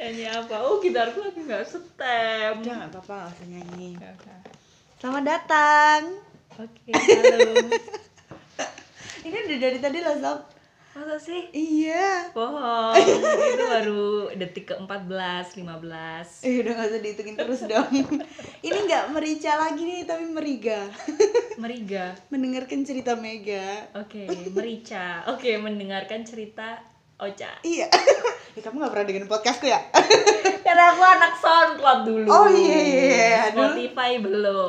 Nyanyi apa? Oh, gitarku lagi nggak setem. Udah nggak apa-apa, nggak usah nyanyi. Oke. Selamat datang. Oke, halo. Ini udah dari tadi loh, Sob. Masa sih? Iya. Bohong. Itu baru detik ke-14, 15. Udah nggak usah dihitungin terus dong. Ini nggak merica lagi nih, tapi meriga. Meriga. Mendengarkan cerita Mega. Oke, merica. Oke, mendengarkan cerita Ocha. Iya. Kamu nggak pernah dengerin podcastku ya? Karena aku anak SoundCloud dulu. Oh iya. Spotify belum.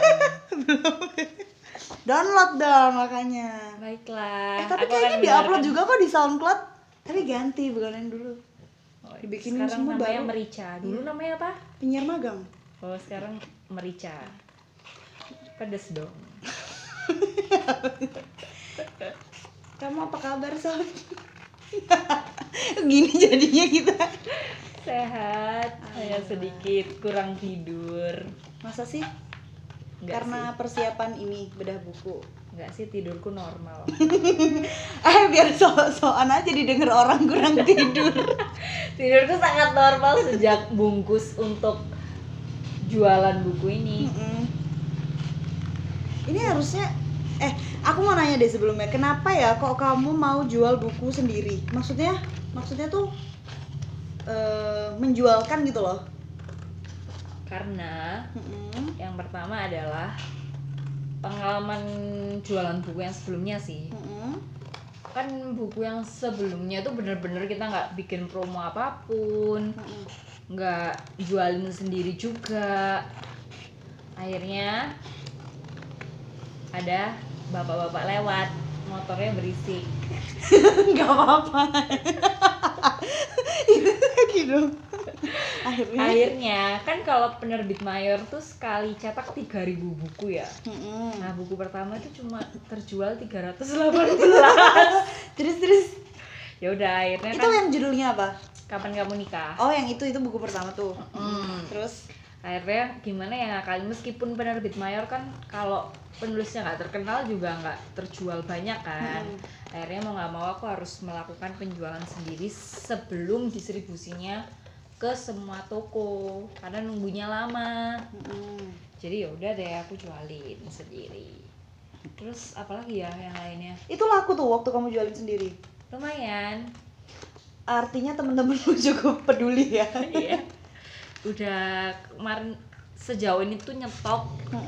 Download dong makanya. Baiklah. Tapi aku kayaknya akan diupload mendengarkan. juga kok di SoundCloud. Tapi ganti, bukan yang dulu. Oh, Dibikinin sekarang semua namanya baru. merica. Dulu namanya apa? Penyiar magang. Oh, sekarang merica. Pedes dong. Kamu apa kabar, Sob? Gini jadinya kita. Sehat, hanya sedikit kurang tidur. Masa sih? Enggak Karena persiapan ini bedah buku. Enggak sih, tidurku normal. Biar so-soan aja didengar orang kurang tidur. Tidurku sangat normal sejak bungkus untuk jualan buku ini. Ini harusnya aku mau nanya deh sebelumnya, kenapa ya kok kamu mau jual buku sendiri? Maksudnya tuh menjualkan gitu loh. Karena yang pertama adalah pengalaman jualan buku yang sebelumnya sih. Kan buku yang sebelumnya tuh bener-bener kita nggak bikin promo apapun, nggak jualin sendiri juga. Akhirnya ada bapak-bapak lewat, motornya berisik. Nggak apa-apa. Itu lagi dong. Akhirnya Kan kalau penerbit mayor tuh sekali cetak 3.000 buku ya. Nah, buku pertama itu cuma terjual 318. Terus Ya udah, akhirnya itu kan yang judulnya apa? Kapan Kamu Nikah. Oh, yang itu buku pertama tuh. Terus Akhirnya gimana ya, kali meskipun penerbit mayor kan kalau penulisnya nggak terkenal juga nggak terjual banyak kan. Akhirnya mau nggak mau aku harus melakukan penjualan sendiri sebelum distribusinya ke semua toko karena nunggunya lama. Jadi ya udah deh, aku jualin sendiri. Terus apalagi ya yang lainnya? itu laku tuh waktu kamu jualin sendiri. Lumayan. Artinya temen-temenmu cukup peduli ya. Iya. Udah kemarin sejauh ini tuh nyetok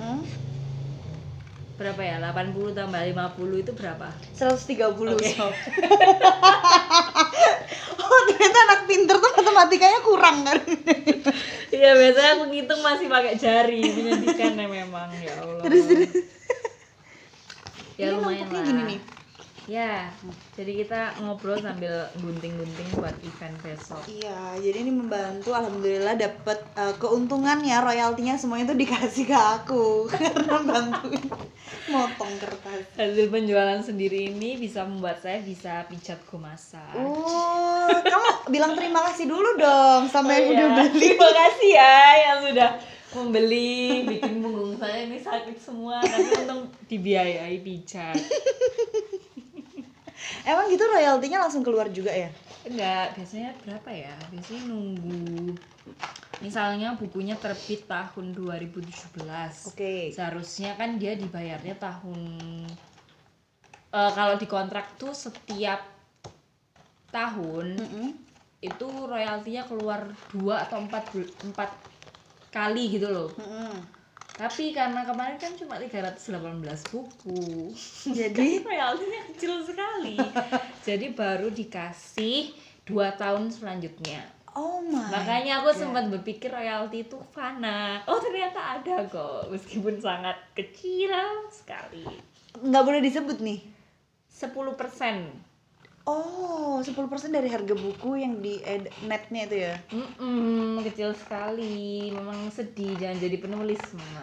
berapa ya? 80 tambah 50 itu berapa? 130. Oke. Sob. Oh, ternyata anak pinter tuh matematikanya kurang kan. Iya, biasanya aku ngitung masih pakai jari, menyedihkan ya memang, ya Allah. Terus Ya ini lumayan numpuknya lah. gini nih. Ya, jadi kita ngobrol sambil gunting-gunting buat event besok. Iya, jadi ini membantu, alhamdulillah dapat keuntungannya, royaltinya semuanya itu dikasih ke aku karena bantuin motong kertas. Hasil penjualan sendiri ini bisa membuat saya bisa pijat gomasa. Oh, kamu bilang terima kasih dulu dong sama yang udah beli. Terima kasih ya yang sudah membeli, bikin punggung saya ini sakit semua, tapi untung dibiayai pijat. Emang gitu royaltinya langsung keluar juga ya? Enggak, biasanya berapa ya? Biasanya nunggu. Misalnya bukunya terbit tahun 2017. Oke. Seharusnya kan dia dibayarnya tahun kalau di kontrak tuh setiap tahun itu royaltinya keluar 2 atau 4 kali gitu loh. Tapi karena kemarin kan cuma 318 buku, jadi royaltinya kecil sekali. Jadi baru dikasih 2 tahun selanjutnya. Oh my. Makanya aku sempat berpikir royalti itu fana. Oh, ternyata ada kok, meskipun sangat kecil sekali. Nggak boleh disebut nih. 10%. Oh, 10% dari harga buku yang di netnya itu ya? Kecil sekali. Memang sedih jangan jadi penulis, Mama.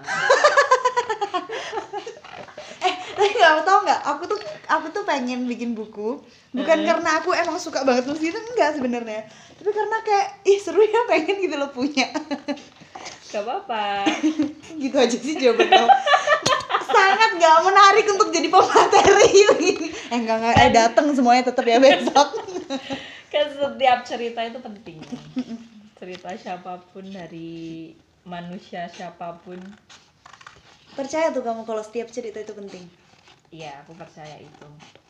Tapi nggak tahu nggak? Aku tuh pengen bikin buku, bukan karena aku emang suka banget nulis itu, enggak sebenarnya. Tapi karena kayak seru ya, pengen gitu loh punya. Gak apa-apa. Gitu aja sih jawaban kamu. Sangat nggak menarik untuk jadi pemateri begini. Enggak, datang semuanya tetap ya besok. Kan setiap cerita itu penting. cerita siapapun, dari manusia siapapun. Percaya tuh kamu kalau setiap cerita itu penting? Iya, aku percaya itu.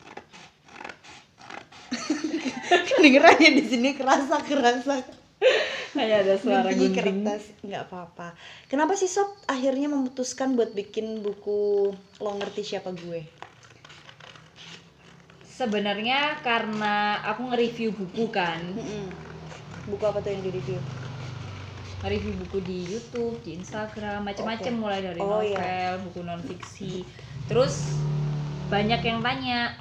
Kedengerannya di sini kerasa. Kayak ada suara Bunyi gunting. kertas, nggak apa-apa. Kenapa sih Sob akhirnya memutuskan buat bikin buku Lo Ngerti Siapa Gue? Sebenarnya karena aku nge-review buku kan. Buku apa tuh yang di-review? Nge-review buku di YouTube, di Instagram, macam-macam, mulai dari novel, buku non-fiksi. Terus banyak yang tanya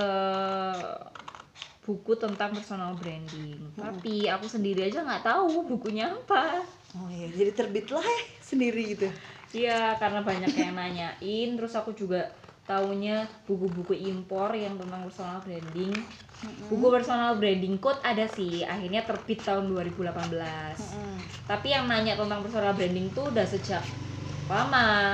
buku tentang personal branding. Tapi aku sendiri aja nggak tahu bukunya apa. Oh iya, jadi terbitlah sendiri gitu. Iya, karena banyak yang nanyain. Terus aku juga taunya buku-buku impor yang tentang personal branding. Buku personal branding code ada sih, akhirnya terbit tahun 2018. Tapi yang nanya tentang personal branding tuh udah sejak lama.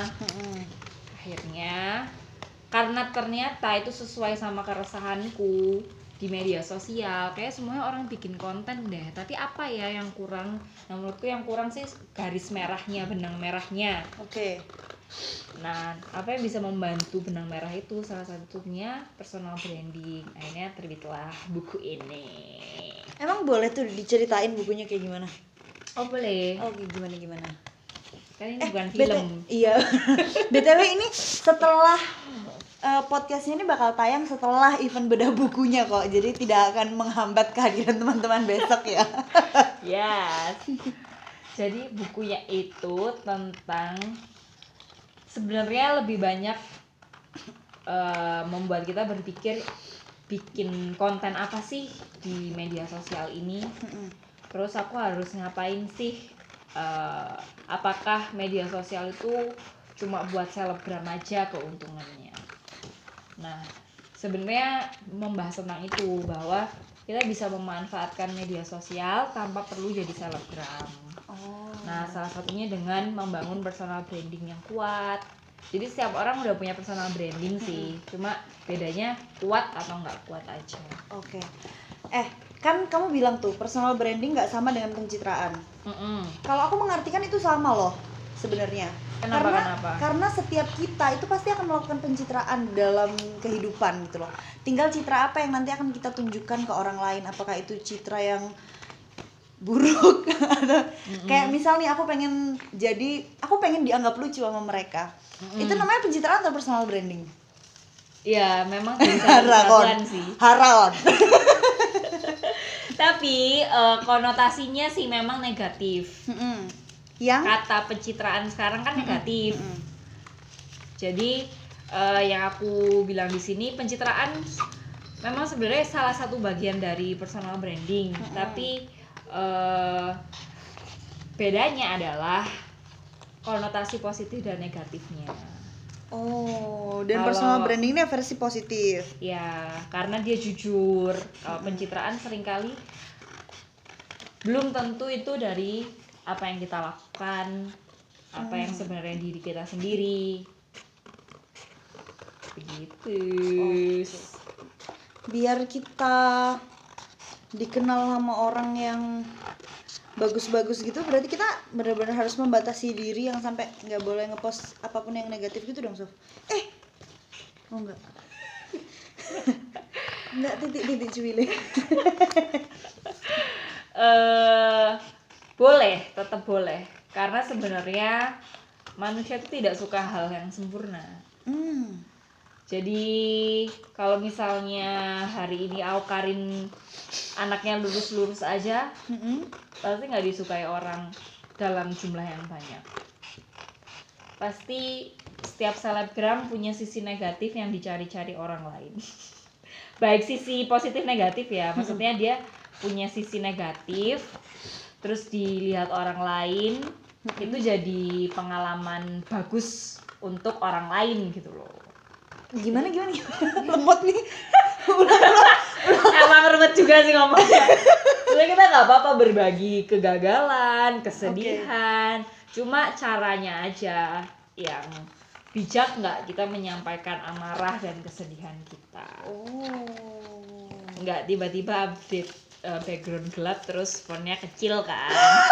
Akhirnya karena ternyata itu sesuai sama keresahanku di media sosial, kayak semuanya orang bikin konten deh, tapi apa ya yang kurang? Nah, menurutku yang kurang sih garis merahnya, benang merahnya. Oke. Nah, apa yang bisa membantu benang merah itu? Salah satunya personal branding. Akhirnya terbitlah buku ini. Emang boleh tuh diceritain bukunya kayak gimana? Oh boleh. Oh gimana? Kan ini bukan film. Iya. BTW ini setelah podcastnya ini bakal tayang setelah event bedah bukunya kok, jadi tidak akan menghambat kehadiran teman-teman besok ya. Yes. Jadi bukunya itu tentang, sebenarnya lebih banyak membuat kita berpikir bikin konten apa sih di media sosial ini. Terus aku harus ngapain sih? Apakah media sosial itu cuma buat selebgram aja keuntungannya? Nah, sebenarnya membahas tentang itu, bahwa kita bisa memanfaatkan media sosial tanpa perlu jadi selebgram. Nah, salah satunya dengan membangun personal branding yang kuat. Jadi setiap orang udah punya personal branding sih, cuma bedanya kuat atau nggak kuat aja. Oke. Kan kamu bilang tuh personal branding nggak sama dengan pencitraan. Kalau aku mengartikan itu sama loh sebenarnya. Kenapa? Karena setiap kita itu pasti akan melakukan pencitraan dalam kehidupan gitu loh. Tinggal citra apa yang nanti akan kita tunjukkan ke orang lain. Apakah itu citra yang buruk atau kayak misal nih aku pengen dianggap lucu sama mereka. Itu namanya pencitraan atau personal branding? Ya, memang bisa kesatuan sih. Harakon. Tapi konotasinya sih memang negatif. Yang kata pencitraan sekarang kan negatif. Jadi yang aku bilang di sini, pencitraan memang sebenarnya salah satu bagian dari personal branding. Tapi bedanya adalah konotasi positif dan negatifnya. Dan personal branding ini versi positif. Ya, karena dia jujur. Kalau pencitraan seringkali belum tentu itu dari apa yang kita lakukan, apa yang sebenarnya diri kita sendiri. Begitu. Biar kita dikenal sama orang yang bagus-bagus gitu, berarti kita benar-benar harus membatasi diri yang sampai nggak boleh ngepost apapun yang negatif gitu dong, Sof. Enggak. Enggak, titik cuile. Boleh, tetap boleh. Karena sebenarnya manusia itu tidak suka hal yang sempurna. Jadi kalau misalnya hari ini Aukarin anaknya lurus-lurus aja, pasti nggak disukai orang dalam jumlah yang banyak. Pasti setiap selebgram punya sisi negatif yang dicari-cari orang lain. Baik sisi positif negatif ya, maksudnya dia punya sisi negatif, terus dilihat orang lain, itu jadi pengalaman bagus untuk orang lain gitu loh. Gimana? Lemot nih. Emang rumit juga sih ngomongnya. Sebenarnya kita nggak apa-apa berbagi kegagalan, kesedihan, cuma caranya aja yang bijak, nggak kita menyampaikan amarah dan kesedihan kita. Nggak tiba-tiba update background gelap terus fontnya kecil kan.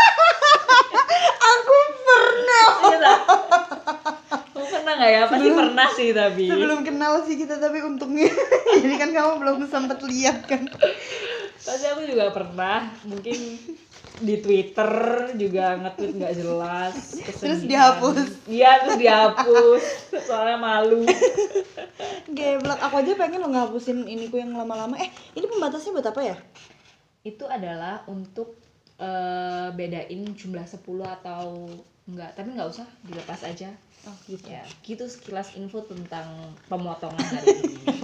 Aku pernah. Iya tak? Kamu pernah nggak ya? Pasti pernah sih tapi. Sebelum kenal sih kita, tapi untungnya jadi kan kamu belum sempat lihat kan. Pasti aku juga pernah, mungkin di Twitter juga nge-tweet nggak jelas, Terus dihapus. Iya, terus dihapus soalnya malu. Geblek, aku aja pengen lo ngapusin iniku yang lama-lama. Ini pembatasnya buat apa ya? Itu adalah untuk bedain jumlah 10 atau enggak, tapi nggak usah, dilepas aja. Oh gitu. Ya, gitu sekilas info tentang pemotongan hari ini.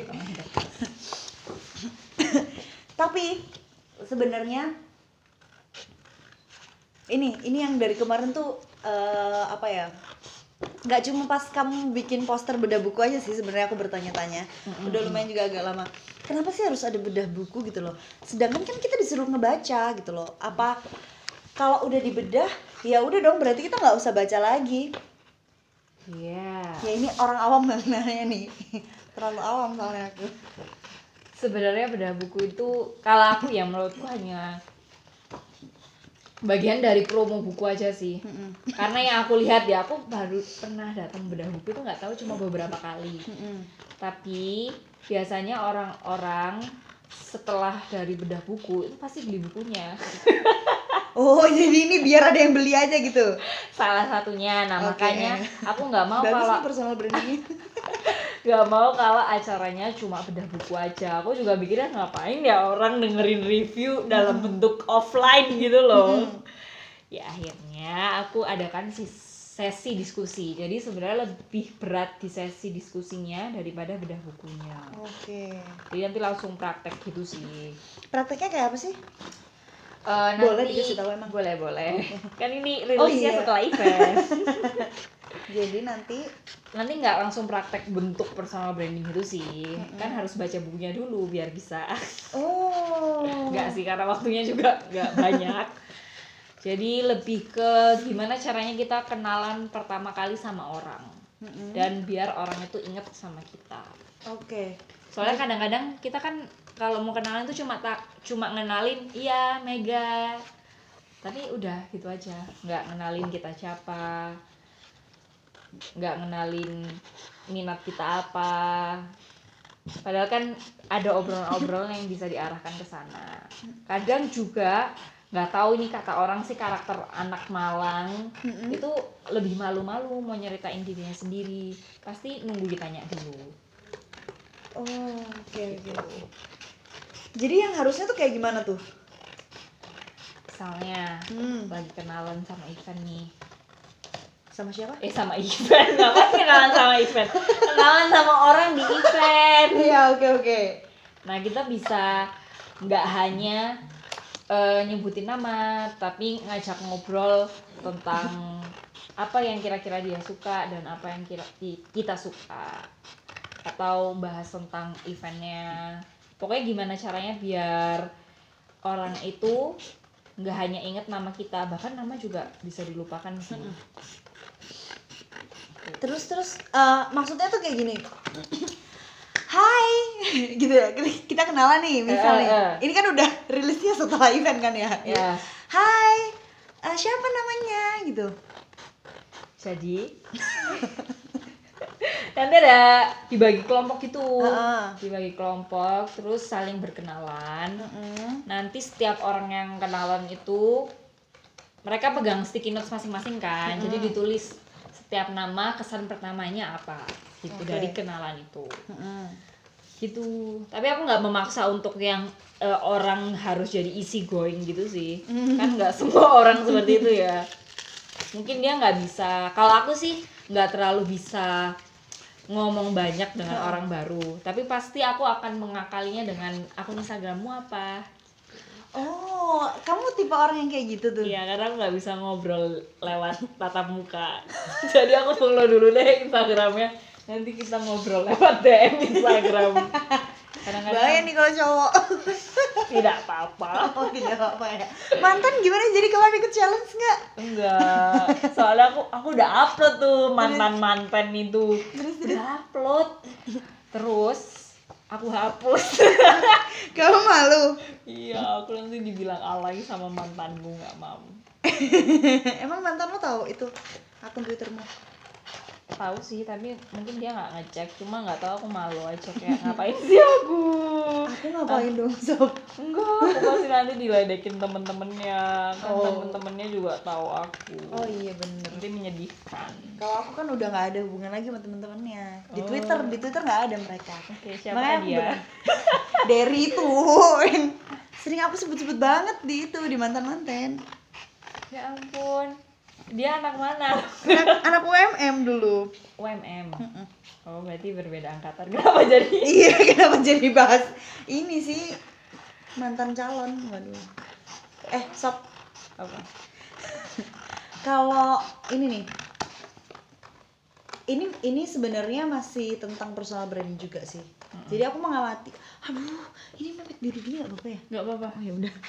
Tapi sebenarnya ini yang dari kemarin tuh apa ya? Nggak cuma pas kamu bikin poster bedah buku aja sih sebenarnya aku bertanya-tanya. Udah lumayan juga agak lama. Kenapa sih harus ada bedah buku gitu loh? Sedangkan kan kita disuruh ngebaca gitu loh. Apa kalau udah dibedah ya udah dong, berarti kita nggak usah baca lagi. Iya. Ya ini orang awam yang nanya nih. Terlalu awam soalnya aku. Sebenarnya bedah buku itu kalau aku ya menurutku hanya bagian dari promo buku aja sih. Karena yang aku lihat ya, aku baru pernah datang bedah buku itu nggak tahu cuma beberapa kali. Tapi biasanya orang-orang setelah dari bedah buku itu pasti beli bukunya. Oh jadi ini biar ada yang beli aja gitu. Salah satunya. Nah makanya aku nggak mau Bagus kalau nih personal brandingnya. Gak mau kalau acaranya cuma bedah buku aja. Aku juga mikirnya ngapain ya orang dengerin review dalam bentuk offline gitu loh. Ya akhirnya aku adakan sesi diskusi. Jadi sebenarnya lebih berat di sesi diskusinya daripada bedah bukunya. Oke. Jadi nanti langsung praktek gitu sih. Prakteknya kayak apa sih? Boleh dikasih tahu emang? Boleh. Kan ini rilisnya iya. setelah event. Jadi nanti Nggak langsung praktek bentuk personal branding itu sih. Kan harus baca bukunya dulu biar bisa. Nggak sih, karena waktunya juga nggak banyak. Jadi lebih ke gimana caranya kita kenalan pertama kali sama orang. Dan biar orang itu inget sama kita. Oke. Soalnya kadang-kadang kita kan kalau mau kenalan tuh cuma ngenalin iya Mega. Tapi udah gitu aja, nggak ngenalin kita siapa, nggak ngenalin minat kita apa. Padahal kan ada obrolan-obrolan yang bisa diarahkan ke sana. Kadang juga nggak tahu ini kata orang sih, karakter anak Malang itu lebih malu-malu mau nyeritain dirinya sendiri. Pasti nunggu ditanya dulu. Oke. Jadi yang harusnya tuh kayak gimana tuh? Misalnya lagi kenalan sama Ivan nih. Sama siapa? Sama event, ngapain kenalan sama event? Kenalan sama orang di event. Iya, oke. Nah kita bisa nggak hanya nyebutin nama, tapi ngajak ngobrol tentang apa yang kira-kira dia suka dan apa yang kita suka, atau bahas tentang eventnya. Pokoknya gimana caranya biar orang itu nggak hanya inget nama kita, bahkan nama juga bisa dilupakan sih. Terus maksudnya tuh kayak gini. Hai, gitu ya. Kita kenalan nih misalnya. Ini kan udah rilisnya setelah event kan ya. Ya. Hai, siapa namanya gitu. Jadi nanti ada dibagi kelompok gitu. Dibagi kelompok terus saling berkenalan. Nanti setiap orang yang kenalan itu mereka pegang sticky notes masing-masing kan. Jadi ditulis setiap nama kesan pertamanya apa gitu dari kenalan itu. Gitu. Tapi aku nggak memaksa untuk yang orang harus jadi easy going gitu sih. Kan nggak semua orang seperti itu ya. Mungkin dia nggak bisa. Kalau aku sih nggak terlalu bisa ngomong banyak dengan orang baru. Tapi pasti aku akan mengakalinya dengan akun Instagrammu apa. Oh, kamu tipe orang yang kayak gitu tuh? Iya, karena aku nggak bisa ngobrol lewat tatap muka. Jadi aku follow dulu deh Instagramnya. Nanti kita ngobrol lewat DM Instagram. Kadang-kadang bahaya nih kalau cowok. Tidak apa-apa. Oh, tidak apa-apa ya. Mantan gimana, jadi kalau ikut challenge nggak? Enggak. Soalnya aku udah upload tuh mantan itu. Udah upload. Terus aku hapus. Kamu malu? Iya, aku nanti dibilang alay sama mantanku, nggak mau. Emang mantanmu tahu itu akun Twittermu? Tahu sih, tapi mungkin dia nggak ngecek, cuma nggak tahu, aku malu aja kayak ngapain sih aku. Aku ngapain dong sob? Enggak, aku pasti nanti diledekin temen-temennya, kan Oh. temen-temennya juga tahu aku. Oh iya bener. Nanti menyedihkan. Kalau aku kan udah nggak ada hubungan lagi sama temen-temennya. Di Oh. Twitter nggak ada mereka. Oke, siapa Makanya aku dia? bilang, Derry itu yang sering aku sebut-sebut banget di itu di mantan-mantan. Ya ampun, dia anak mana? Anak UMM dulu. UMM. Oh, berarti berbeda angkatan. Kenapa jadi? Iya, kenapa jadi bahas ini sih mantan calon? Waduh. Sob, Apa? kalau ini nih, ini sebenarnya masih tentang personal branding juga sih. Jadi aku mengamati, aduh, ini mepet biru gini nggak apa-apa ya? Nggak apa-apa. Oh ya udah.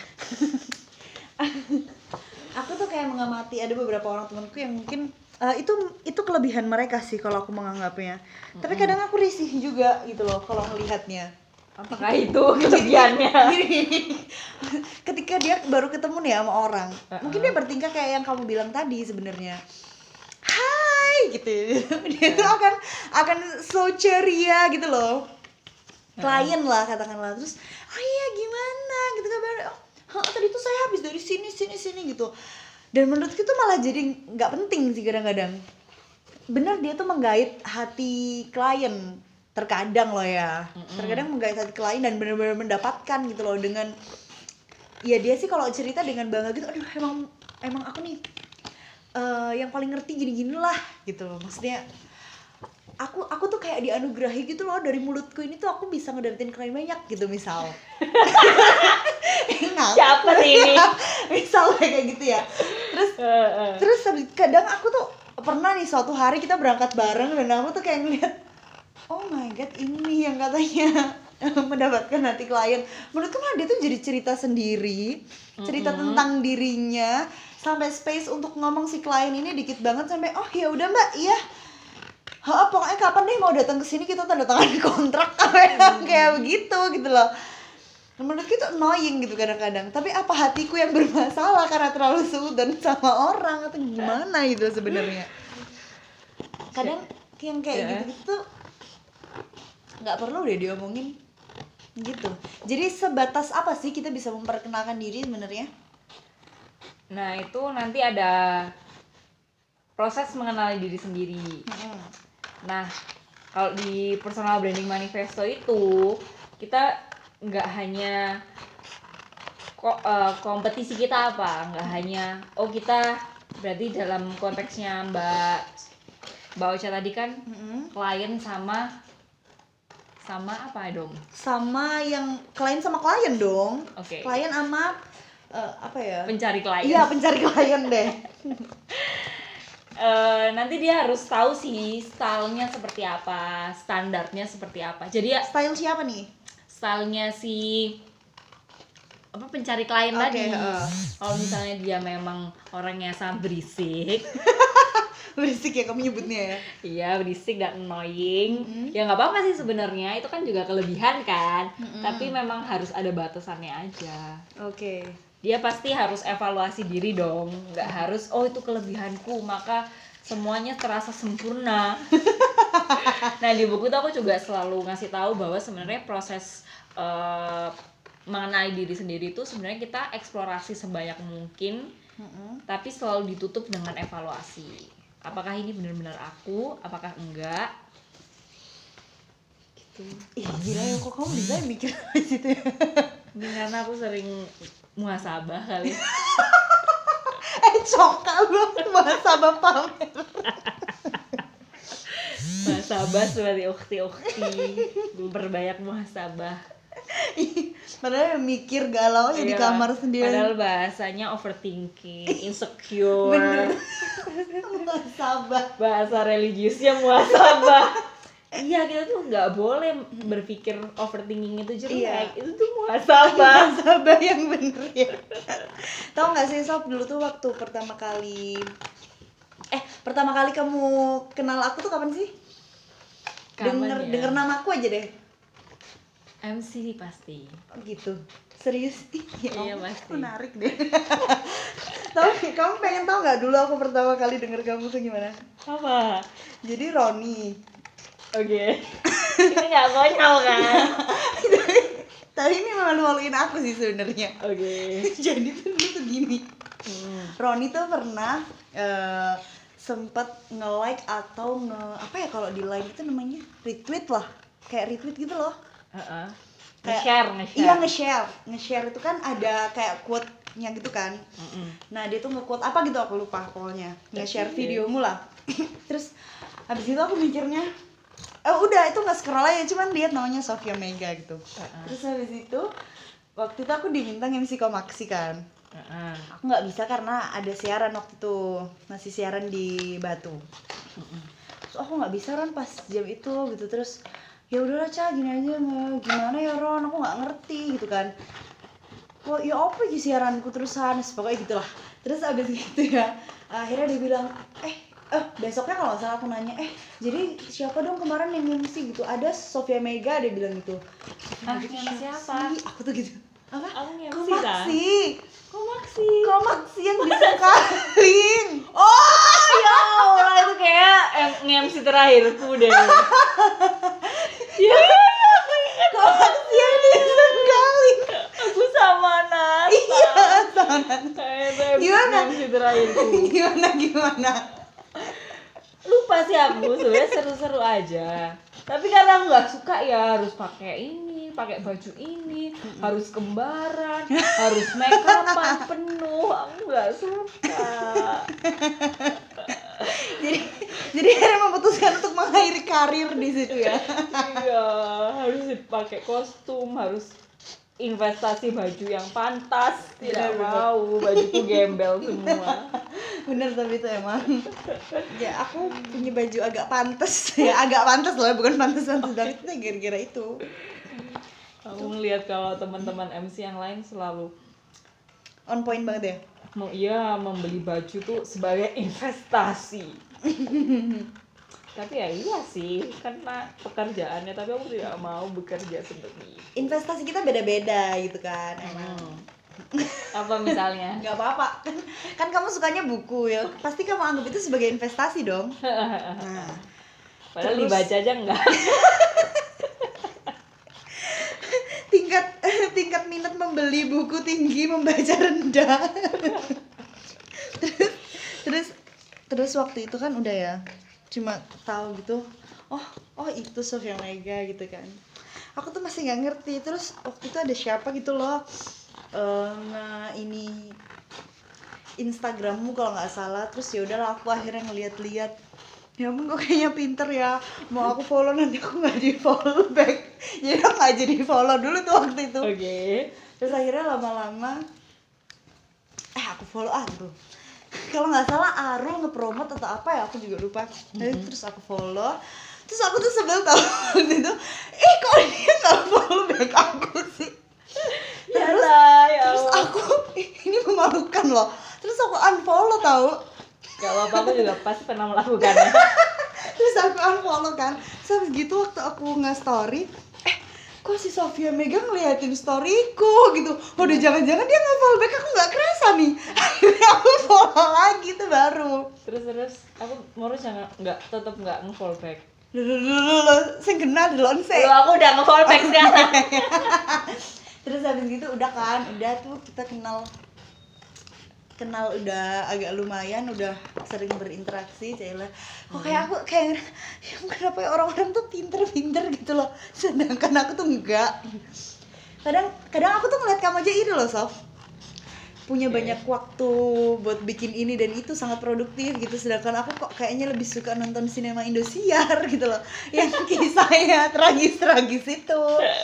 Aku tuh kayak mengamati ada beberapa orang temanku yang mungkin itu kelebihan mereka sih kalau aku menganggapnya. Tapi kadang aku risih juga gitu loh kalau melihatnya. Apakah itu kelebihannya? Gini, ketika dia baru ketemu nih sama orang, mungkin dia bertingkah kayak yang kamu bilang tadi sebenarnya. Hai gitu. Dia tuh akan so ceria gitu loh. Klien lah katakanlah. Terus, "Oh iya gimana?" gitu kabar. Tadi tuh saya habis dari sini gitu. Dan menurutku tuh malah jadi nggak penting sih kadang-kadang. Bener dia tuh menggait hati klien terkadang loh ya. Terkadang menggait hati klien dan benar-benar mendapatkan gitu loh dengan ya dia sih kalau cerita dengan bangga gitu. Aduh emang aku nih yang paling ngerti gini-gini lah gitu loh. Maksudnya aku tuh kayak dianugerahi gitu loh, dari mulutku ini tuh aku bisa ngedapetin klien banyak gitu misal. Siapa sih ini? Misal kayak gitu ya. Terus kadang aku tuh pernah nih suatu hari kita berangkat bareng dan aku tuh kayak ngeliat, oh my god, ini yang katanya mendapatkan hati klien. Menurutku malah dia tuh jadi cerita sendiri, cerita tentang dirinya, sampai space untuk ngomong si klien ini dikit banget sampai oh ya udah mbak, iya. Pokoknya kapan deh mau datang ke sini kita tanda tangan kontrak kayak begitu gitu loh. Menurutku itu annoying gitu kadang-kadang. Tapi apa hatiku yang bermasalah karena terlalu seudon sama orang atau gimana gitu sebenarnya. Kadang yang kayak gitu tuh nggak perlu deh diomongin gitu. Jadi sebatas apa sih kita bisa memperkenalkan diri sebenarnya? Nah, itu nanti ada proses mengenali diri sendiri. Nah, kalau di personal branding manifesto itu kita nggak hanya kompetisi kita apa, nggak hanya kita berarti dalam konteksnya Mbak Ocha tadi kan klien sama apa dong? Sama yang klien sama klien dong. Oke. Klien sama apa ya? Pencari klien. Iya, pencari klien deh. Nanti dia harus tahu sih stylenya seperti apa, standarnya seperti apa. Jadi ya Style siapa nih? stylenya si pencari klien tadi. Kalau misalnya dia memang orangnya sangat berisik, Berisik ya kamu nyebutnya ya. iya berisik dan annoying, ya nggak apa-apa sih sebenarnya, itu kan juga kelebihan kan. Tapi memang harus ada batasannya aja. Oke. Dia pasti harus evaluasi diri dong, nggak harus itu kelebihanku maka semuanya terasa sempurna. Nah di buku tuh aku juga selalu ngasih tahu bahwa sebenarnya proses mengenali diri sendiri itu sebenarnya kita eksplorasi sebanyak mungkin, tapi selalu ditutup dengan evaluasi. Apakah ini benar-benar aku, apakah enggak? Gitu. Ih gila ya, kok kamu bisa mikir di situ ya? Mungkin karena aku sering muhasabah kali. Coka banget muhasabah pamer. Muhasabah seperti ukti-ukti, memperbanyak muhasabah. Padahal mikir galau aja di kamar sendiri. Padahal bahasanya overthinking, insecure. Bener. Muhasabah. Bahasa religiusnya muhasabah. Iya, kita tuh nggak boleh berpikir overthinking itu jelek. Itu tuh muhasabah. Muhasabah yang bener ya. Tahu nggak sih Sob, dulu tuh waktu pertama kali kamu kenal aku tuh kapan sih? Kapan ya? Denger namaku aja deh. MC pasti. Oh gitu. Serius? Iya, ampun, pasti. menarik deh. Tapi kamu pengen tahu nggak dulu aku pertama kali denger kamu tuh gimana? Apa? Jadi Roni. Oke. Ini nggak konyol kan? Tapi ini malu-maluin aku sih sebenarnya. Oke. Jadi tuh dulu tuh gini. Roni tuh pernah sempet nge-like atau apa ya kalau di like itu namanya retweet lah, kayak retweet gitu loh. Nge-share. Iya, nge-share itu kan ada kayak quote-nya gitu kan. Nah dia tuh nge-quote apa gitu aku lupa pokoknya, nge-share videomu lah. Terus habis itu aku mikirnya udah itu nggak scroll aja, cuman lihat namanya Sofia Mega gitu. Terus habis itu waktu itu aku diminta MC Komaksi kan. Aku nggak bisa karena ada siaran waktu itu, masih siaran di Batu. Terus aku nggak bisa Ron pas jam itu gitu. Terus ya udahlah Ca, gini aja, gimana ya Ron, aku nggak ngerti gitu kan. Wah ya apa sih siaranku terusan, pokoknya gitulah. Terus abis gitu ya akhirnya dia bilang besoknya kalau nggak salah aku nanya jadi siapa dong kemarin yang MC gitu, ada Sofia Mega, dia bilang gitu. Siapa? Aku tuh gitu, apa? Aku nge-MC Komaksi yang disukain. Oh ya Allah, itu kayak nge-MC terakhirku deh. Iya, Komaksi yang disukain. aku sama Nata. Iya, sama Nata. Gimana? MC terakhirku. Gimana? Lupa sih aku, sebenarnya seru-seru aja. Tapi karena aku nggak suka ya harus pakai ini, pakai baju ini, harus kembaran, harus make upan penuh, aku nggak suka. jadi akhirnya memutuskan untuk mengakhiri karir di situ ya. Iya, harus pakai kostum, harus investasi baju yang pantas. Tidak mau bajuku gembel semua. Bener, tapi itu emang ya aku punya baju agak pantas ya, agak pantas loh, bukan pantas banget itu gara-gara itu. Aku ngeliat kalau teman-teman MC yang lain selalu on point banget ya. Membeli baju tuh sebagai investasi. Tapi ya iya sih, karena pekerjaannya, tapi aku tidak mau bekerja seperti itu. Investasi kita beda-beda gitu kan emang. Apa misalnya? Nggak apa-apa kan kamu sukanya buku ya, pasti kamu anggap itu sebagai investasi dong. Nah, padahal dibaca aja enggak. tingkat minat membeli buku tinggi, membaca rendah. terus waktu itu kan udah ya cuma tahu gitu, oh itu Sofia Mega gitu kan. Aku tuh masih nggak ngerti. Terus waktu itu ada siapa gitu loh ini Instagrammu kalau nggak salah. Terus ya udahlah aku akhirnya ngeliat-liat, ya ampun kok kayaknya pinter ya, mau aku follow nanti aku nggak di follow back. Jadi aku nggak jadi follow dulu tuh waktu itu. Oke. Terus akhirnya lama-lama aku follow tuh. Kalau nggak salah Arul ngepromot atau apa ya, aku juga lupa. Terus aku follow. Terus aku tuh sebel tau waktu itu, kok dia nggak follow back aku sih. Terus aku ini memalukan loh. Terus aku unfollow tau. Gak apa-apa, aku juga pasti pernah melakukannya. Terus aku unfollow kan. Terus gitu waktu aku nge-story, kok si Sofia Mega ngeliatin storyku gitu. Udah jangan-jangan dia nge-follow back, aku nggak kerasa nih. Akhirnya aku follow lagi tuh baru. Terus aku nggak tetap nggak nge-follow back. Sing kena delon sih. Aku udah nge-follow back sekarang. Terus habis gitu udah tuh kita kenal udah agak lumayan, udah sering berinteraksi. Kok kayak aku kayak kenapa ya orang-orang tuh pinter-pinter gitu loh, sedangkan aku tuh enggak. Kadang aku tuh ngeliat kamu aja iri loh Sof, punya banyak waktu buat bikin ini dan itu, sangat produktif gitu, sedangkan aku kok kayaknya lebih suka nonton sinema Indosiar gitu loh, yang kisahnya tragis-tragis itu.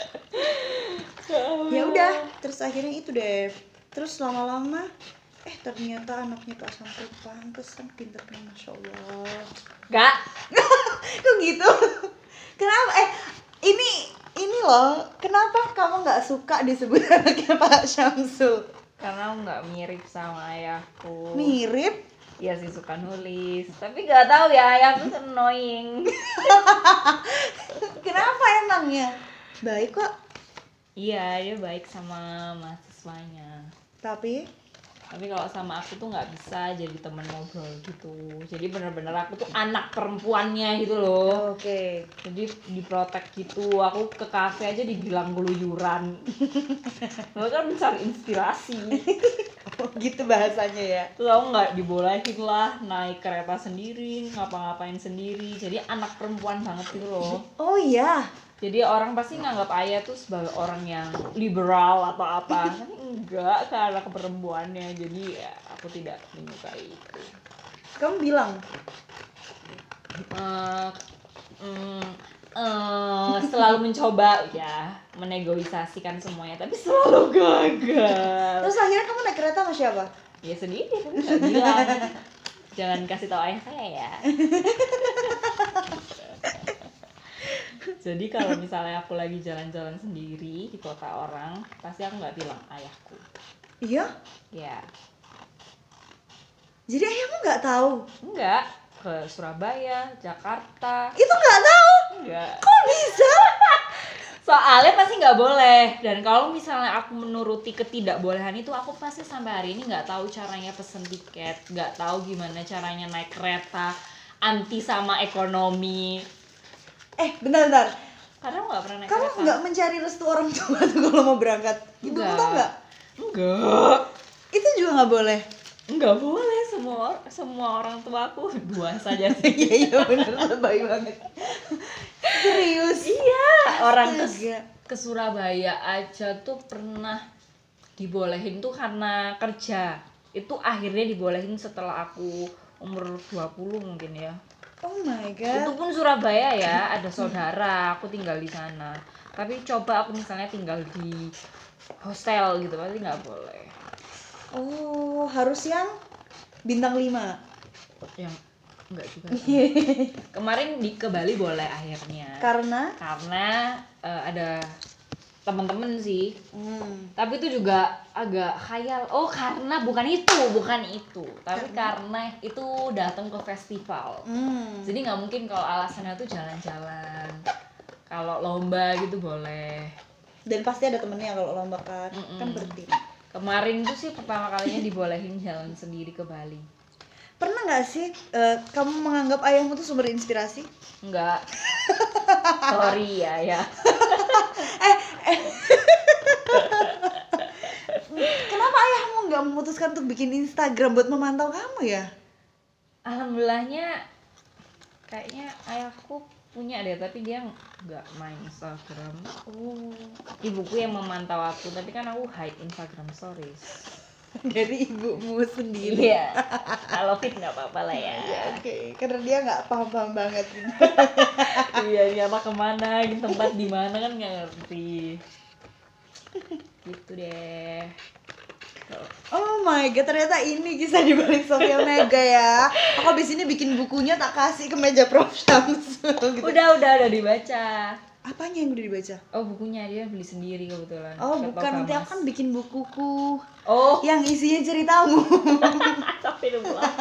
Ya udah, terus akhirnya itu deh. Terus lama-lama ternyata anaknya Kak Samsul pantesan pinter-pinter, Masya Allah. Gak? Kok gitu? Kenapa? Ini loh, kenapa kamu nggak suka disebut anaknya Pak Syamsul? Karena aku nggak mirip sama ayahku. Mirip? Iya sih, suka nulis, tapi nggak tahu ya, ayahku annoying. Kenapa emangnya? Baik kok. Iya, dia baik sama mahasiswanya. Tapi Kalau sama aku tuh nggak bisa jadi teman ngobrol gitu. Jadi bener-bener aku tuh anak perempuannya gitu loh. oke. Jadi diprotek gitu. Aku ke kafe aja dibilang keluyuran. Aku kan mencari inspirasi. Oh, gitu bahasanya ya. Terus aku nggak dibolehin lah naik kereta sendiri, ngapa-ngapain sendiri. Jadi anak perempuan banget gitu loh. Oh iya. Jadi orang pasti nganggap Ayah tuh sebagai orang yang liberal atau apa. Tapi enggak, karena keperempuannya. Jadi ya aku tidak menyukai itu. Kamu bilang Eh, selalu mencoba ya menegosiasikan semuanya, tapi selalu gagal. terus akhirnya kamu naik kereta sama siapa? Ya sendiri, aku nggak bilang. Jangan kasih tahu ayah saya ya. Jadi kalau misalnya aku lagi jalan-jalan sendiri di kota orang, pasti aku nggak bilang ayahku. Iya. Ya, Jadi ayahmu nggak tahu? enggak, ke Surabaya, Jakarta, Itu nggak tahu? enggak. Kok bisa? Soalnya pasti nggak boleh. Dan kalau misalnya aku menuruti ketidakbolehan itu, aku pasti sampai hari ini nggak tahu caranya pesen tiket, nggak tahu gimana caranya naik kereta, anti sama ekonomi. Bentar. Karena aku nggak pernah naik Kamu kereta. nggak mencari restu orang tua tuh kalau mau berangkat? Ibu tahu nggak? Enggak. Itu juga nggak boleh. Enggak boleh, semua orang tua aku dua saja sih. Iya bener, lebay banget. Serius? Iya, orang Astaga. ke Surabaya aja tuh pernah dibolehin tuh karena kerja. Itu akhirnya dibolehin setelah aku umur 20 mungkin ya. Oh my Itu god. pun Surabaya ya, ada saudara, aku tinggal di sana. Tapi coba aku misalnya tinggal di hostel gitu, pasti nggak boleh. Oh, harus yang bintang 5. Yang enggak juga sih. Kemarin ke Bali boleh akhirnya. Karena Ada teman-teman sih. Tapi itu juga agak khayal. Oh, karena bukan itu. Tapi karena itu datang ke festival. Jadi nggak mungkin kalau alasannya tuh jalan-jalan. Kalau lomba gitu boleh. Dan pasti ada temennya kalau lomba kan. Kan berarti. Kemarin tuh sih pertama kalinya dibolehin jalan sendiri ke Bali. Pernah nggak sih kamu menganggap ayahmu tuh sumber inspirasi? Enggak. Sorry ya. Kenapa ayahmu nggak memutuskan untuk bikin Instagram buat memantau kamu ya? Alhamdulillahnya kayaknya ayahku punya deh, tapi dia nggak main Instagram. Oh, Ibuku yang memantau aku, tapi kan aku hide Instagram stories. dari ibumu sendiri. Iya. Kalau fit nggak apa-apa lah ya. Ya, oke. Karena dia nggak paham banget. Iya, nyala kemana, tempat di mana kan nggak ngerti. Gitu deh. Oh my god, ternyata ini kisah di balik Sofia Mega ya. Aku abis ini bikin bukunya tak kasih ke meja Prof Syams. Gitu. Udah dibaca. Apanya yang udah dibaca? Oh, bukunya dia beli sendiri kebetulan. Oh Siapa bukan, nanti Mas. aku kan bikin bukuku Oh, yang isinya ceritamu. tapi lupa.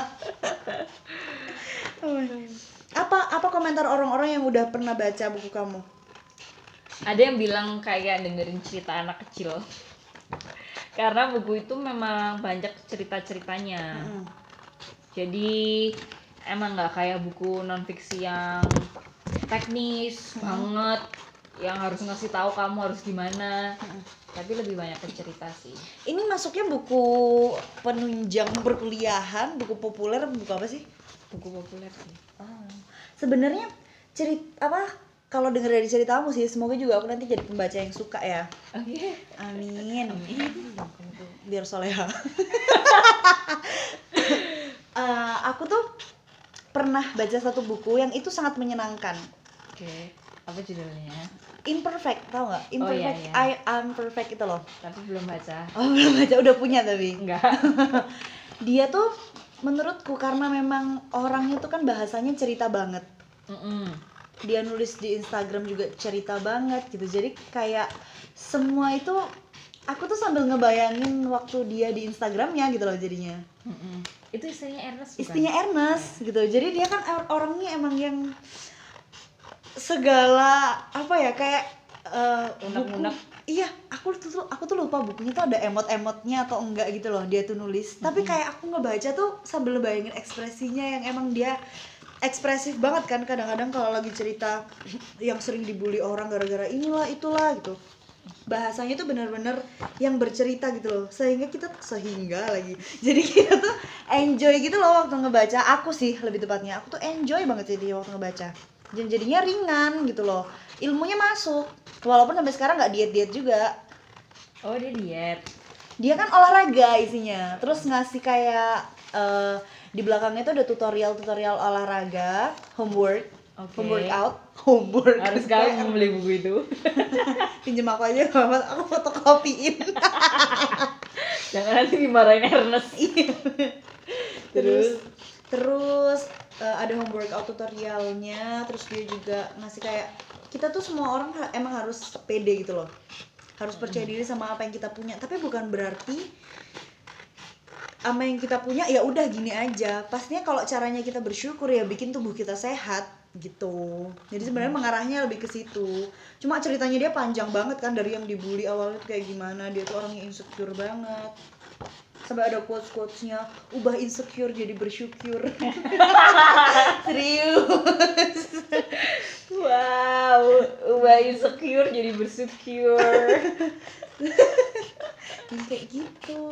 Apa komentar orang-orang yang udah pernah baca buku kamu? Ada yang bilang kayak dengerin cerita anak kecil. Karena buku itu memang banyak cerita-ceritanya. Jadi emang nggak kayak buku non fiksi yang teknis banget, yang harus ngasih tahu kamu harus gimana. Tapi lebih banyak ke cerita sih. Ini masuknya buku penunjang perkuliahan, buku populer, buku apa sih? Buku populer sih. Sebenarnya kalau denger dari ceritamu sih, semoga juga aku nanti jadi pembaca yang suka ya. Oke. Amin. Biar soleha. Aku tuh pernah baca satu buku yang itu sangat menyenangkan. Oke. Apa judulnya? Imperfect, tau nggak? Oh, iya, Imperfect, iya. I am perfect itu loh. Tapi belum baca. Oh belum baca, udah punya tapi. Enggak. Dia tuh menurutku karena memang orangnya tuh kan bahasanya cerita banget. Dia nulis di Instagram juga cerita banget gitu. Jadi kayak semua itu aku tuh sambil ngebayangin waktu dia di Instagramnya gitu loh jadinya. Itu istrinya Ernest bukan? Istrinya Ernest gitu. Jadi dia kan orangnya emang yang segala apa ya kayak Unek-unek. Iya, aku tuh lupa bukunya tuh ada emot-emotnya atau enggak gitu loh dia tuh nulis. Tapi kayak aku ngebaca tuh sambil bayangin ekspresinya yang emang dia ekspresif banget kan, kadang-kadang kalau lagi cerita yang sering dibully orang gara-gara inilah itulah gitu. Bahasanya tuh benar-benar yang bercerita gitu loh. Sehingga lagi. Jadi kita tuh enjoy gitu loh waktu ngebaca. Aku sih lebih tepatnya, aku tuh enjoy banget jadi waktu ngebaca. Dan jadinya ringan gitu loh. Ilmunya masuk. Walaupun sampai sekarang nggak diet-diet juga. Oh, dia diet. Dia kan olahraga isinya, terus ngasih kayak di belakangnya tuh ada tutorial olahraga, homework, homework. Harus kali membeli buku itu. Pinjem aku aja, Mama, aku fotokopiin. Jangan nanti dimarahin Ernest. terus ada homework tutorialnya, terus dia juga ngasih kayak kita tuh semua orang emang harus pede gitu loh. Harus percaya diri sama apa yang kita punya, tapi bukan berarti sama yang kita punya ya udah gini aja. Pastinya kalau caranya kita bersyukur ya bikin tubuh kita sehat gitu. Jadi sebenarnya mengarahnya lebih ke situ. Cuma ceritanya dia panjang banget kan, dari yang dibully awalnya tuh kayak gimana, dia tuh orangnya insecure banget. Sampai ada quotes-quotesnya, ubah insecure jadi bersyukur. Serius. Wow, ubah insecure jadi bersyukur. Kayak gitu.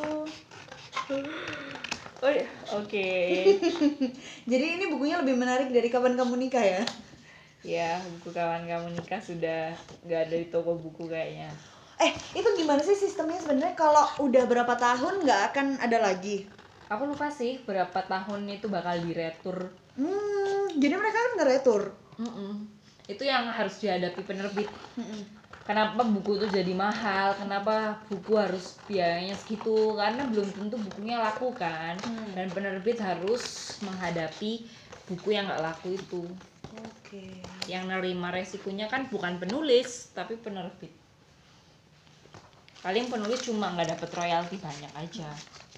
Oh, oke. Jadi ini bukunya lebih menarik dari Kapan Kamu Nikah ya? Ya, buku Kapan Kamu Nikah sudah nggak ada di toko buku kayaknya. Itu gimana sih sistemnya sebenarnya, kalau udah berapa tahun nggak akan ada lagi? Aku lupa sih berapa tahun itu bakal diretur. Jadi mereka kan ngeretur. Itu yang harus dihadapi penerbit. Kenapa buku itu jadi mahal? Kenapa buku harus biayanya segitu? Karena belum tentu bukunya laku kan. Dan penerbit harus menghadapi buku yang nggak laku itu. Oke. Yang nerima resikonya kan bukan penulis, tapi penerbit. Paling penulis cuma nggak dapet royalti banyak aja.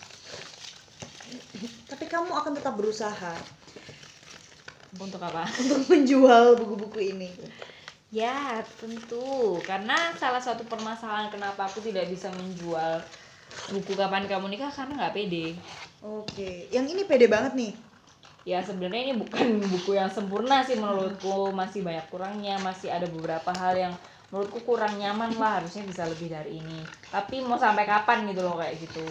Tapi kamu akan tetap berusaha Untuk apa? untuk menjual buku-buku ini. Ya, tentu. Karena salah satu permasalahan kenapa aku tidak bisa menjual buku Kapan Kamu Nikah karena nggak pede. Oke. Yang ini pede banget nih. Ya, sebenarnya ini bukan buku yang sempurna sih menurutku. Masih banyak kurangnya. Masih ada beberapa hal yang menurutku kurang nyaman lah. Harusnya bisa lebih dari ini. Tapi mau sampai kapan gitu loh kayak gitu.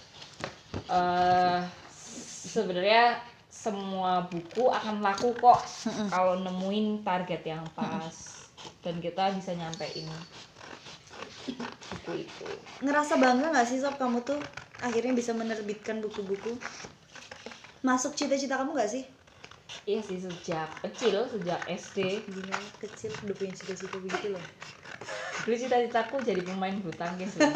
Sebenarnya semua buku akan laku kok kalau nemuin target yang pas. Dan kita bisa nyampein buku itu. Ngerasa bangga gak sih Sob, kamu tuh akhirnya bisa menerbitkan buku-buku? Masuk cita-cita kamu gak sih? Iya sih, sejak kecil, sejak SD. Gimana kecil udah punya cita-cita begitu loh. Dulu cita-citaku jadi pemain bulu tangkis loh.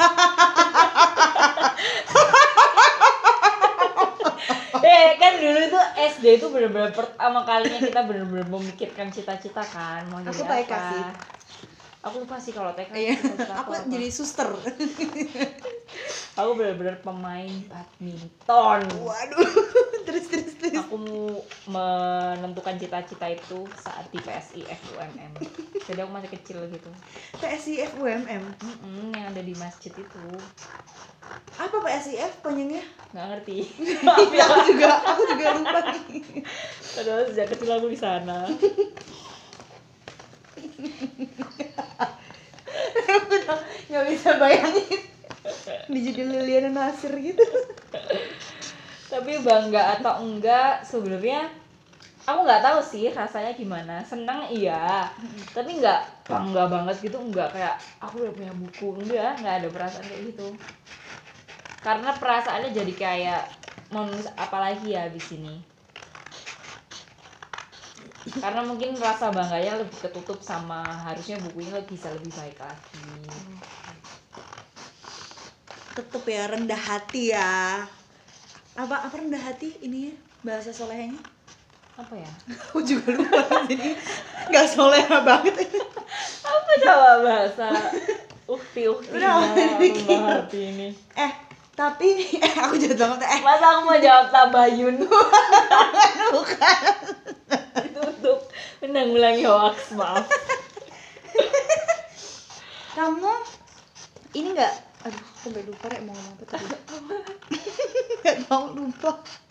Kan dulu tuh SD itu bener-bener pertama kalinya kita bener-bener memikirkan cita-cita kan mau jadi Aku apa. TK sih. Aku lupa sih kalau TK. Iya. cita-cita Aku apa. jadi suster. Aku bener-bener pemain badminton. Waduh. Terus. Aku menentukan cita-cita itu saat di PSI FUMM. Jadi aku masih kecil gitu. PSIF UMM. Yang ada di masjid itu. Apa PSIF panjangnya? Nggak ngerti. Aku juga lupa nih. Padahal sejak kecil aku di sana. Nggak bisa bayangin di judul Liliana Nasir gitu. Tapi bangga atau enggak sebenarnya aku nggak tahu sih rasanya gimana. Senang iya, tapi nggak bangga banget gitu, nggak kayak aku udah punya buku, nggak ada perasaan kayak gitu. Karena perasaannya jadi kayak mau nulis apa lagi ya di sini. Karena mungkin rasa bangganya lebih ketutup sama harusnya bukunya bisa lebih baik lagi. Tetep ya rendah hati ya. Apa rendah hati ini ya bahasa solehnya? Apa ya? Aku juga lupa jadi nggak soleha banget. Apa coba bahasa ukti Udah, rendah hati ini? Tapi aku jadi banget Masa aku mau jawab tabayun? bukan. Itu untuk menanggulangi hoax, maaf. Kamu ini nggak, aduh aku sampai lupa Rek, mau ngomong apa tadi. Nggak tahu, lupa.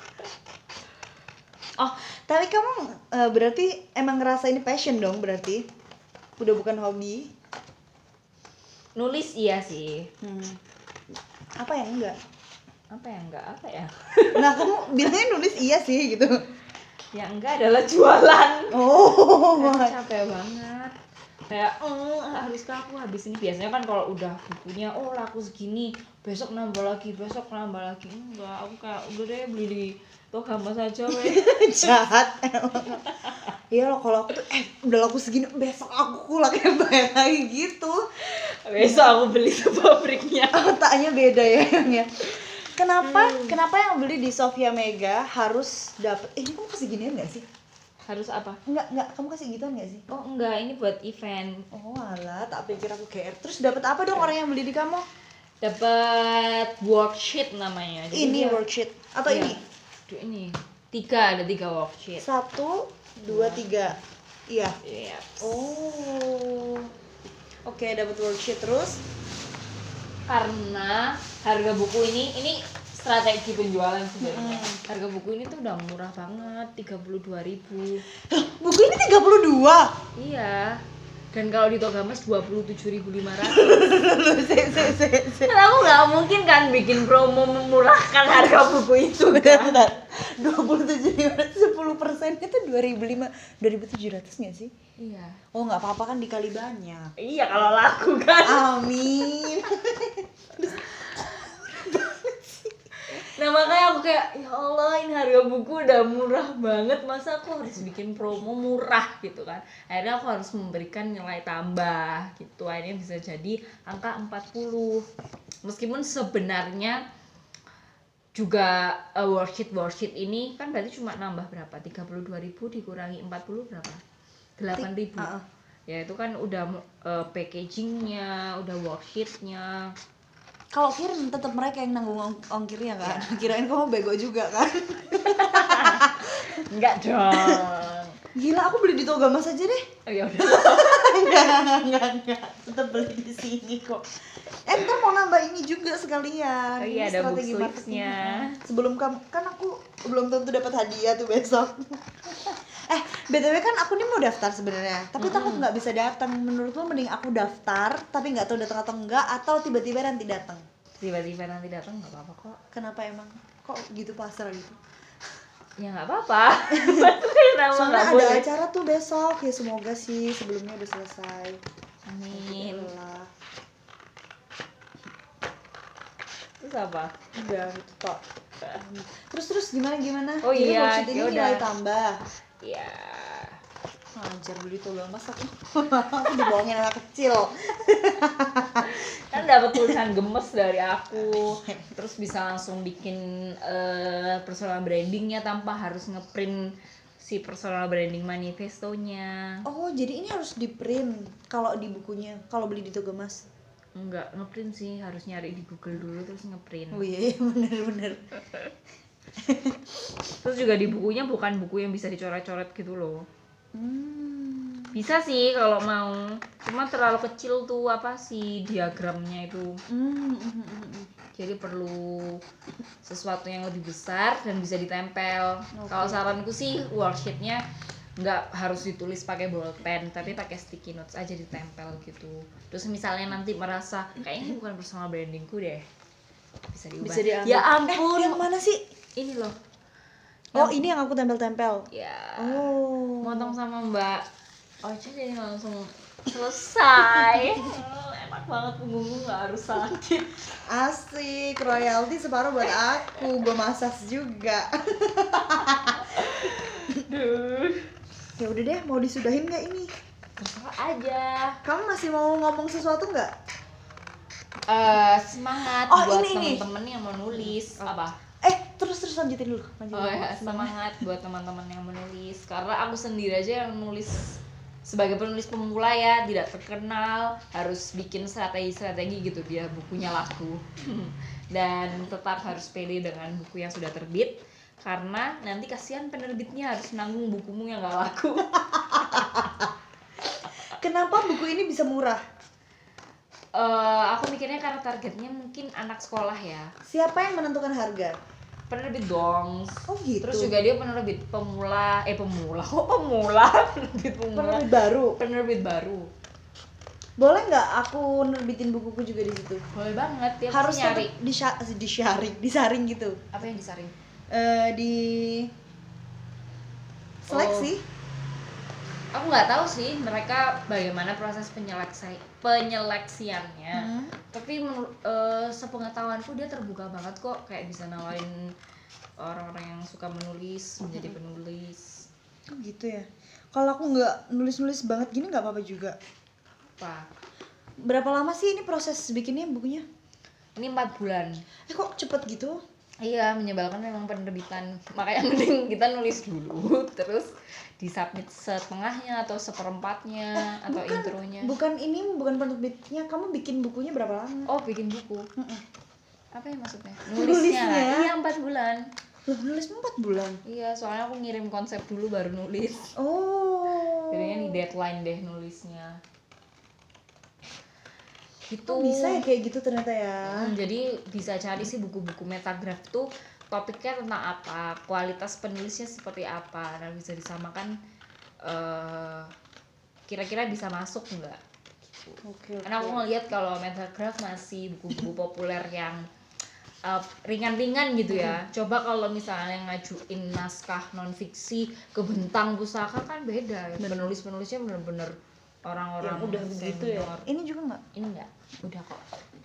Oh, tapi kamu berarti emang ngerasa ini passion dong, berarti udah bukan hobi. Nulis iya sih. Apa yang enggak? Apa ya enggak, apa ya? Nah kamu bilangnya nulis iya sih gitu. Yang enggak adalah jualan. Oh, Kayak capek banget. Kayak haruskah aku habis ini. Biasanya kan kalau udah bukunya laku segini, besok nambah lagi. Enggak, aku kayak udah deh beli di Tohama saja weh. jahat emang. Iya loh, kalau aku tuh udah laku segini, besok aku lagi bayar lagi gitu. Besok aku beli ke pabriknya. Otaknya beda ya yang ya. Kenapa yang beli di Sofia Mega harus dapet? Ini kamu kasih ginian nggak sih? Harus apa? Enggak, kamu kasih gituan nggak sih? Oh enggak, ini buat event. Oh alah, tak pikir aku GR. Terus dapat apa dong orang yang beli di kamu? Dapat worksheet namanya. Jadi Ini dia- worksheet atau Iya. ini? Aduh, ini. Ada tiga worksheet. 1, 2, 3. Iya. Iya. Oh. Oke, dapat worksheet terus. Karena harga buku ini strategi penjualan sebenarnya. Harga buku ini tuh udah murah banget, 32.000. Buku ini 32. Iya. Dan kalau di Togamas 27.500. Se. Kan aku nggak mungkin kan bikin promo memurahkan harga buku itu kan. Bentar. 10% itu 2.700 nggak sih? Iya. Oh nggak apa-apa kan dikali banyak. Iya kalau laku kan. Amin. Nah makanya aku kayak ya Allah ini harga buku udah murah banget, masa aku harus bikin promo murah gitu kan. Akhirnya aku harus memberikan nilai tambah gitu, akhirnya bisa jadi angka 40. Meskipun sebenarnya juga worksheet ini kan berarti cuma nambah berapa, 32.000 dikurangi 40 berapa, 8.000. Ya itu kan udah packagingnya, udah worksheetnya. Kalau kirim tetap mereka yang nanggung ongkirnya kan. Kirain kamu bego juga kan. Enggak dong. Gila, aku beli di Togamas aja deh. Oh ya udah. Enggak. Tetap beli di sini kok. Ntar mau nambah ini juga sekalian. Oh iya, Ini ada strategi book marketing. sleeves-nya. Sebelum kamu kan aku belum tentu dapat hadiah tuh besok. BTW kan aku nih mau daftar sebenarnya, tapi takut nggak bisa datang. Menurutmu mending aku daftar tapi nggak tahu datang atau enggak, atau tiba-tiba nanti datang? Tiba-tiba nanti datang nggak apa-apa kok. Kenapa emang? Kok gitu pasrah gitu? Ya nggak apa-apa. Kenapa Soalnya nggak ada boleh? acara tuh besok ya, semoga sih sebelumnya udah selesai. Amin. Alhamdulillah. Terus apa? Udah itu tok. Terus gimana? Oh Jadi iya, worksheet ini yaudah. nilai tambah. Ya. Ngajar beli Togamas aku. Aku dibohongin anak kecil. Kan dapat tulisan gemes dari aku. Terus bisa langsung bikin personal brandingnya tanpa harus ngeprint si personal branding manifestonya. Oh, jadi ini harus di-print kalau di bukunya, kalau beli di Togamas. Enggak ngeprint sih, harus nyari di Google dulu terus ngeprint. Oh iya, bener. Terus juga di bukunya bukan buku yang bisa dicoret-coret gitu loh. Bisa sih kalau mau, cuma terlalu kecil tuh apa sih diagramnya itu. Jadi perlu sesuatu yang lebih besar dan bisa ditempel. Kalau saranku sih worksheetnya nggak harus ditulis pakai bolpen, tapi pakai sticky notes aja ditempel gitu. Terus misalnya nanti merasa kayaknya ini bukan personal brandingku deh, bisa diubah. Bisa diambil. Ya ampun, Yang mana sih? ini loh. Oh, ini yang aku tempel-tempel. Ya. Oh. Motong sama Mbak Ocha jadi langsung selesai. Enak banget, punggungku nggak harus sakit. Asik, royalti separuh buat aku, gue massage juga. Duh. Ya udah deh, mau disudahin nggak ini? Terserah aja. Kamu masih mau ngomong sesuatu nggak? Semangat Oh, buat ini nih. temen-temen yang mau nulis. Apa? Terus lanjutin dulu. Oh ya, semangat buat teman-teman yang menulis. Karena aku sendiri aja yang nulis sebagai penulis pemula ya, tidak terkenal, harus bikin strategi-strategi gitu biar bukunya laku. Dan tetap harus pede dengan buku yang sudah terbit, karena nanti kasihan penerbitnya harus nanggung bukumu yang gak laku. Kenapa buku ini bisa murah? Aku mikirnya karena targetnya mungkin anak sekolah ya. Siapa yang menentukan harga? Penerbit dong. Oh gitu. Terus juga dia penerbit pemula. Kok pemula? Penerbit pemula. Penerbit baru. Boleh nggak aku nerbitin bukuku juga di situ? Boleh banget. Dia Harus nyari. disaring gitu. Apa yang disaring? Di seleksi. Aku nggak tahu sih mereka bagaimana proses penyeleksiannya. Tapi sepengetahuanku dia terbuka banget kok, kayak bisa nawarin orang-orang yang suka menulis menjadi penulis. Oh gitu ya. Kalau aku nggak nulis banget gini nggak apa-apa juga. Apa? Berapa lama sih ini proses bikinnya bukunya? Ini 4 bulan. Kok cepet gitu? Iya, menyebalkan memang penerbitan. Makanya mending kita nulis dulu, terus disubmit setengahnya atau seperempatnya atau intronya. Bukan penerbitnya, kamu bikin bukunya berapa lama? Oh, bikin buku. Apa ya maksudnya? Nulisnya. Iya, 4 bulan. Loh, nulis 4 bulan? Iya, soalnya aku ngirim konsep dulu baru nulis. Oh. Jadinya di deadline deh nulisnya. Gitu. Oh, bisa ya kayak gitu ternyata ya. Jadi bisa cari sih buku-buku metagraf tuh topiknya tentang apa, kualitas penulisnya seperti apa, dan bisa disamakan kira-kira bisa masuk nggak? Oke. Karena aku ngeliat kalau metagraf masih buku-buku populer yang ringan-ringan gitu ya. Coba kalau misalnya ngajuin naskah non fiksi ke Bentang Pusaka kan beda. Penulis-penulisnya bener-bener orang-orang yang udah begitu ya. Ini juga nggak? Ini nggak, udah kok.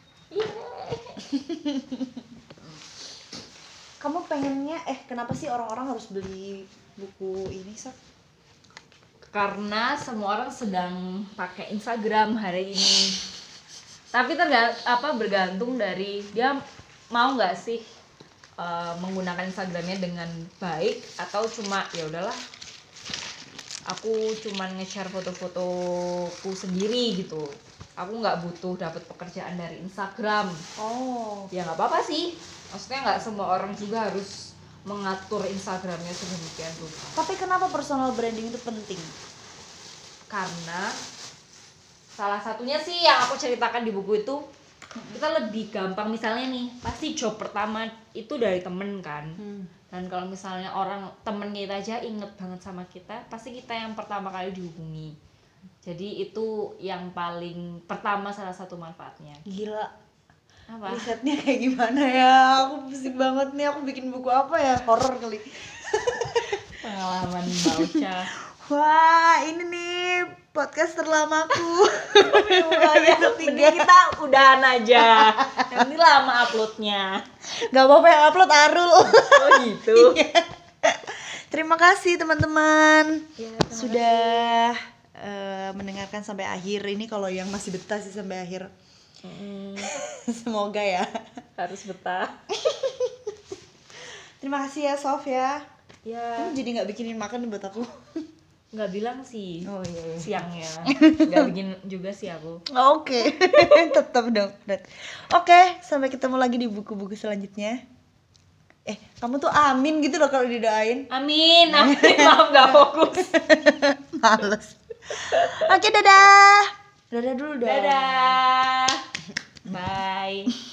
Kamu pengennya kenapa sih orang-orang harus beli buku ini, Sak? Karena semua orang sedang pakai Instagram hari ini. Tapi bergantung dari dia mau nggak sih menggunakan Instagramnya dengan baik, atau cuma ya udahlah aku cuman nge-share foto-fotoku sendiri gitu. Aku nggak butuh dapat pekerjaan dari Instagram. Oh. Ya nggak apa-apa sih. Maksudnya nggak semua orang juga harus mengatur Instagramnya sedemikian rupa. Tapi kenapa personal branding itu penting? Karena salah satunya sih yang aku ceritakan di buku itu, kita lebih gampang, misalnya nih pasti job pertama itu dari temen kan. Dan kalau misalnya temen kita aja inget banget sama kita, pasti kita yang pertama kali dihubungi. Jadi itu yang paling pertama, salah satu manfaatnya. Gila. Apa? Risetnya kayak gimana ya? Aku pusing banget nih, aku bikin buku apa ya? Horor kali. Pengalaman baca. Wah, ini nih podcast terlamaku. Mending kita udahan aja. Nanti lama uploadnya. Gak apa-apa yang upload Arul. Oh gitu. Terima kasih teman-teman Ya, sudah mendengarkan sampai akhir. Ini kalau yang masih betah sih sampai akhir. Semoga ya. Harus betah. Terima kasih ya Sof ya. Ya. Kamu jadi nggak bikinin makan nih buat aku? Nggak bilang sih. Oh iya. Siangnya. Nggak bikin juga sih aku. Oke. Tetap dong. Oke, sampai ketemu lagi di buku-buku selanjutnya. Kamu tuh amin gitu loh kalau didoain. Amin. Maaf nggak fokus. Males. Oke, dadah. Dadah dulu dong. Dadah. Bye.